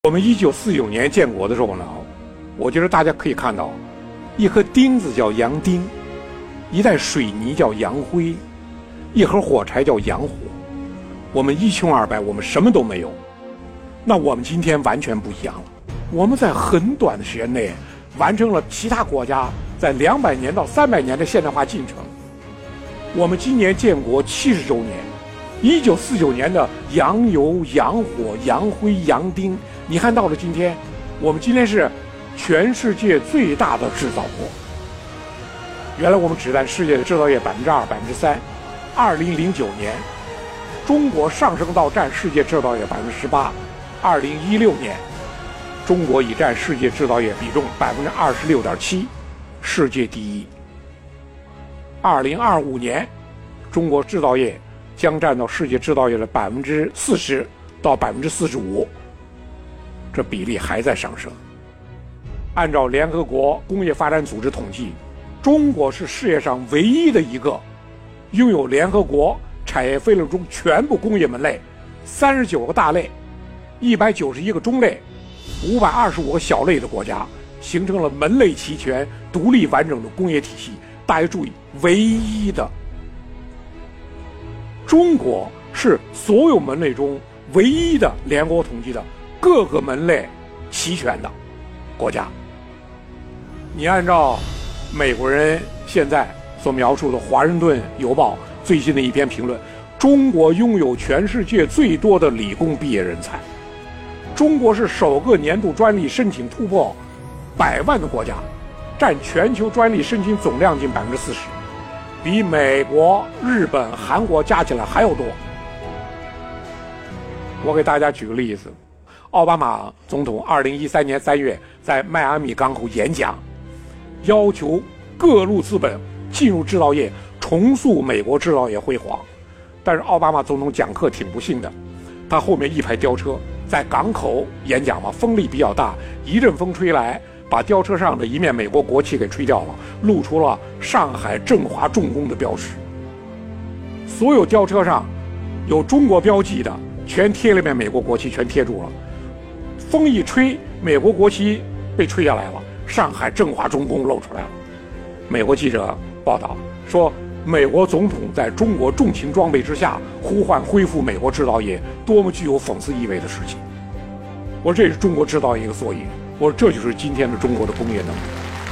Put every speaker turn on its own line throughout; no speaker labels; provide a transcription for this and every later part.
我们1949年建国的时候呢，我觉得大家可以看到，一颗钉子叫洋钉，一袋水泥叫洋灰，一盒火柴叫洋火。我们一穷二白，我们什么都没有。那我们今天完全不一样了，我们在很短的时间内完成了其他国家在200年到300年的现代化进程。我们今年建国70周年，1949年的洋油、洋火、洋灰、洋钉，你看到了今天，我们今天是全世界最大的制造国。原来我们只占世界的制造业2%、3%。2009年，中国上升到占世界制造业18%。2016年，中国已占世界制造业比重26.7%，世界第一。2025年，中国制造业将占到世界制造业的40%到45%，这比例还在上升。按照联合国工业发展组织统计，中国是世界上唯一的一个拥有联合国产业分类中全部工业门类39个大类、191个中类、525个小类的国家，形成了门类齐全、独立完整的工业体系。大家注意，唯一的。中国是所有门类中唯一的联合国统计的各个门类齐全的国家。你按照美国人现在所描述的《华盛顿邮报》最新的一篇评论，中国拥有全世界最多的理工毕业人才。中国是首个年度专利申请突破100万的国家，占全球专利申请总量近40%，比美国、日本、韩国加起来还要多。我给大家举个例子，奥巴马总统2013年3月在迈阿密港口演讲，要求各路资本进入制造业，重塑美国制造业辉煌。但是奥巴马总统讲课挺不幸的，他后面一排吊车在港口演讲嘛，风力比较大，一阵风吹来，把吊车上的一面美国国旗给吹掉了，露出了上海振华重工的标识。所有吊车上有中国标记的全贴了一面美国国旗，全贴住了。风一吹，美国国旗被吹下来了，上海振华重工露出来了。美国记者报道说，美国总统在中国重型装备之下呼唤恢复美国制造业，多么具有讽刺意味的事情。我说这是中国制造业一个缩影，我说这就是今天的中国的工业能力。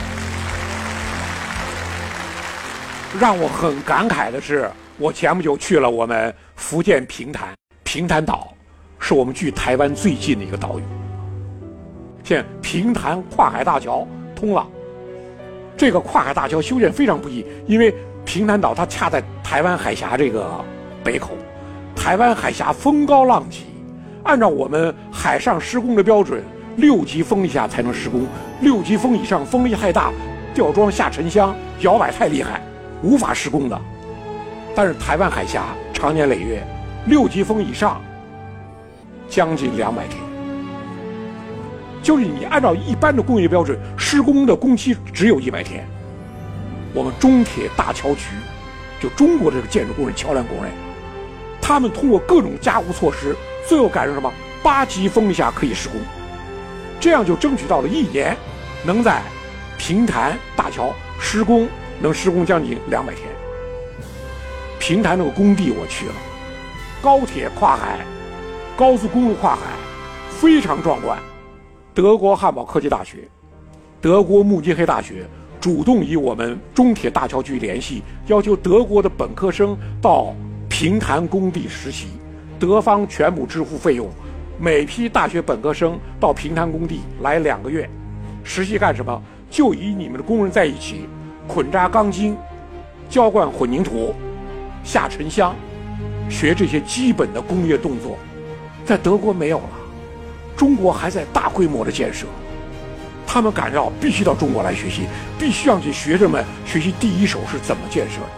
让我很感慨的是，我前不久去了我们福建平潭岛，是我们距台湾最近的一个岛屿。现在平潭跨海大桥通了，这个跨海大桥修建非常不易，因为平潭岛它恰在台湾海峡这个北口，台湾海峡风高浪急，按照我们海上施工的标准，6级风以下才能施工，6级风以上风力太大，吊装下沉箱摇摆太厉害，无法施工的。但是台湾海峡长年累月6级风以上将近200天，就是你按照一般的工业标准施工的工期只有100天。我们中铁大桥局，就中国这个建筑工人、桥梁工人，他们通过各种加固措施，最后改成什么8级风以下可以施工，这样就争取到了1年能在平潭大桥施工，能施工将近200天。平潭那个工地我去了，高铁跨海，高速公路跨海，非常壮观。德国汉堡科技大学、德国慕尼黑大学主动与我们中铁大桥局联系，要求德国的本科生到平潭工地实习，德方全部支付费用，每批大学本科生到平潭工地来2个月，实习干什么？就与你们的工人在一起，捆扎钢筋，浇灌混凝土，下沉箱，学这些基本的工业动作。在德国没有了，中国还在大规模的建设，他们感到必须到中国来学习，必须让这学生们学习第一手是怎么建设的。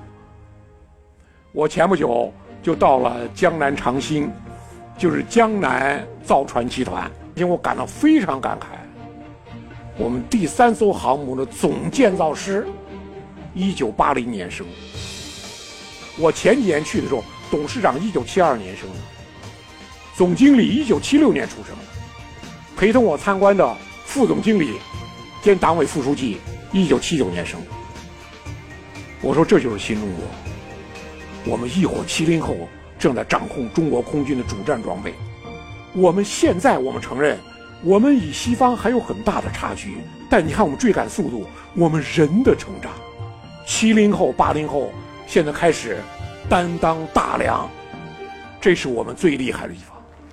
我前不久就到了江南长兴，就是江南造船集团，因为我感到非常感慨，我们第3艘航母的总建造师1980年生，我前几年去的时候，董事长1972年生，总经理1976年出生， 陪同我参观的副总经理兼党委副书记，1979年生的。我说这就是新中国，我们一伙70后正在掌控中国空军的主战装备。我们现在承认，我们与西方还有很大的差距，但你看我们追赶速度，我们人的成长，70后、80后现在开始担当大梁，这是我们最厉害的地方。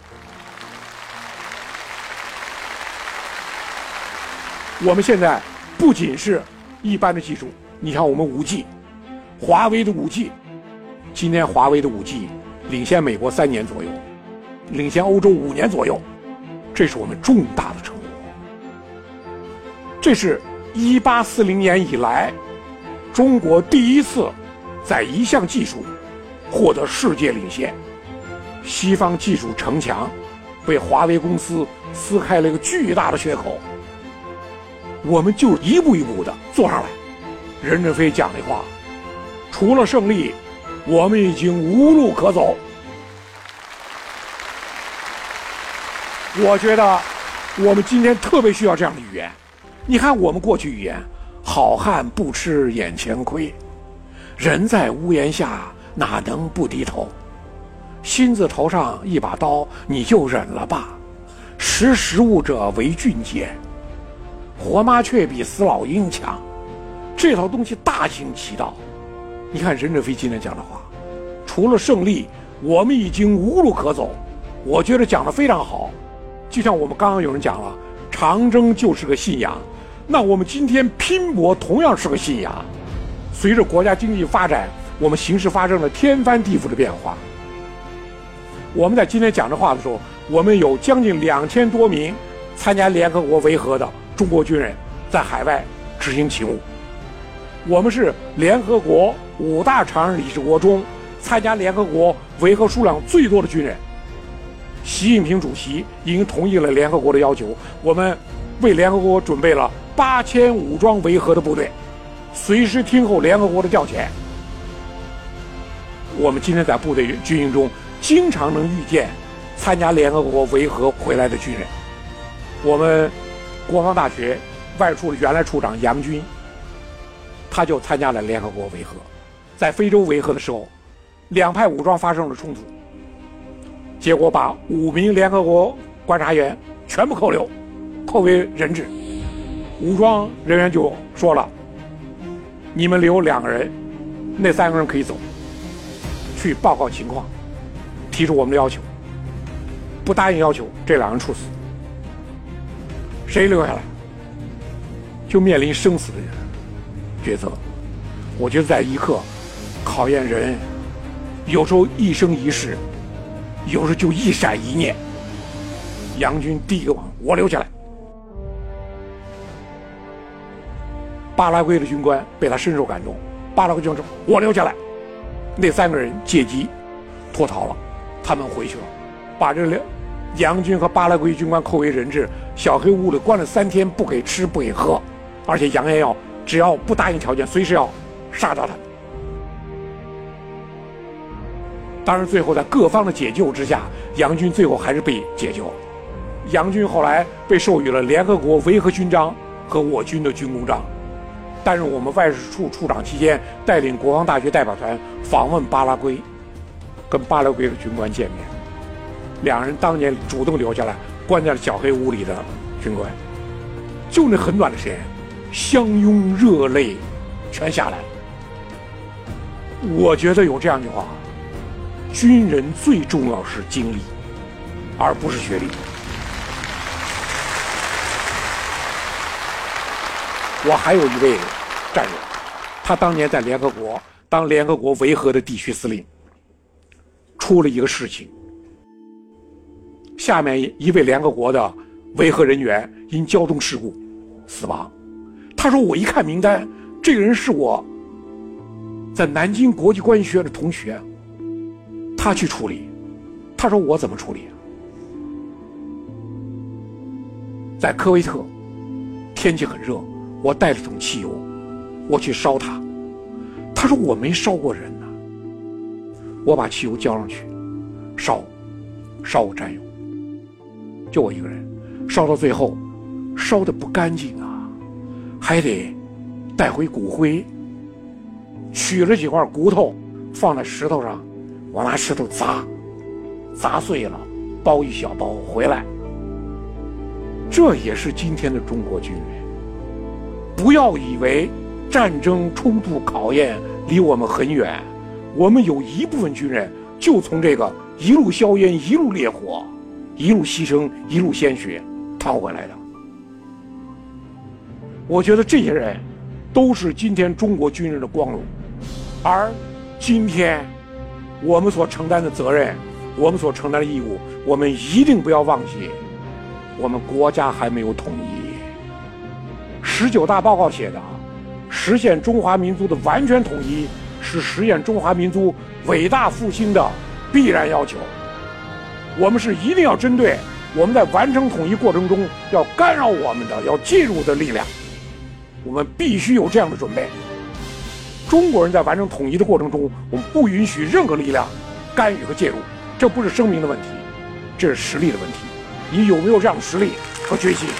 我们现在不仅是一般的技术，你看我们5G， 华为的5G， 今天华为的5G 领先美国3年左右，领先欧洲5年左右，这是我们重大的成果。这是1840年以来中国第一次在一项技术获得世界领先。西方技术城墙被华为公司撕开了一个巨大的缺口，我们就一步一步的做上来。任正非讲的话，除了胜利，我们已经无路可走。我觉得我们今天特别需要这样的语言。你看我们过去语言，好汉不吃眼前亏，人在屋檐下哪能不低头，心字头上一把刀，你就忍了吧，识时务者为俊杰，活麻雀比死老鹰强，这套东西大行其道。你看任正非今天讲的话，除了胜利，我们已经无路可走，我觉得讲得非常好。就像我们刚刚有人讲了，长征就是个信仰，那我们今天拼搏同样是个信仰。随着国家经济发展，我们形势发生了天翻地覆的变化。我们在今天讲这话的时候，我们有将近2000多名参加联合国维和的中国军人在海外执行勤务。我们是联合国5大常任理事国中参加联合国维和数量最多的军人。习近平主席已经同意了联合国的要求，我们为联合国准备了8000武装维和的部队，随时听候联合国的调遣。我们今天在部队军营中经常能遇见参加联合国维和回来的军人。我们国防大学外处的原来处长杨军，他就参加了联合国维和。在非洲维和的时候，2派武装发生了冲突，结果把5名联合国观察员全部扣留，扣为人质。武装人员就说了，你们留2个人，那3个人可以走，去报告情况，提出我们的要求，不答应要求，这2人处死。谁留下来就面临生死的抉择。我觉得在一刻考验人，有时候一生一世，有时候就一闪一念。杨军第一个我留下来。巴拉圭的军官被他深受感动，巴拉圭军官说我留下来。那3个人借机脱逃了，他们回去了，把这杨军和巴拉圭军官扣为人质，小黑屋里关了3天，不给吃不给喝，而且扬言要只要不答应条件，随时要杀掉他。当然最后在各方的解救之下，杨军最后还是被解救了。杨军后来被授予了联合国维和勋章和我军的军功章，担任我们外事处处长期间，带领国防大学代表团访问巴拉圭，跟巴拉圭的军官见面。2人当年主动留下来，关在了小黑屋里的军官，就那很短的时间，相拥热泪全下来了。我觉得有这样一句话，军人最重要是经历，而不是学历。我还有一位战友，他当年在联合国当联合国维和的地区司令，出了一个事情，下面一位联合国的维和人员因交通事故死亡。他说我一看名单，这个人是我在南京国际关系学院的同学，他去处理。他说我怎么处理？在科威特天气很热，我带了桶汽油，我去烧它。他说我没烧过人呢。我把汽油浇上去，烧我战友，就我一个人。 烧到最后，烧得不干净啊，还得带回骨灰，取了几块骨头放在石头上，我拿石头砸碎了，包一小包回来。这也是今天的中国军人。不要以为战争冲突考验离我们很远，我们有一部分军人就从这个一路硝烟一路烈火一路牺牲一路鲜血逃回来的。我觉得这些人都是今天中国军人的光荣。而今天我们所承担的责任，我们所承担的义务，我们一定不要忘记，我们国家还没有统一。19大报告写的，实现中华民族的完全统一是实现中华民族伟大复兴的必然要求。我们是一定要针对我们在完成统一过程中要干扰我们的、要介入的力量，我们必须有这样的准备。中国人在完成统一的过程中，我们不允许任何力量干预和介入。这不是声明的问题，这是实力的问题。你有没有这样的实力和决心？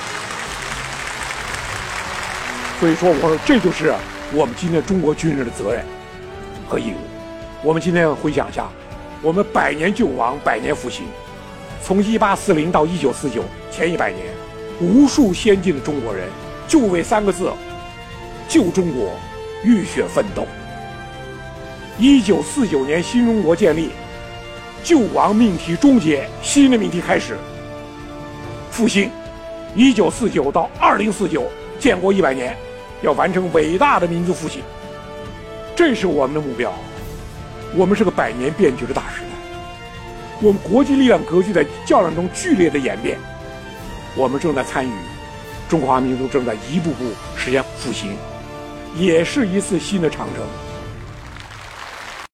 所以说，我说这就是我们今天中国军人的责任和义务。我们今天回想一下，我们100年救亡，100年复兴，从1840到1949前100年，无数先进的中国人就为3个字：救中国，浴血奋斗。1949年新中国建立，救亡命题终结，新的命题开始，复兴。1949到2049，建国100年，要完成伟大的民族复兴，这是我们的目标。我们是个100年变局的大时代，我们国际力量格局在较量中剧烈的演变，我们正在参与，中华民族正在一步步实现复兴，也是一次新的长征。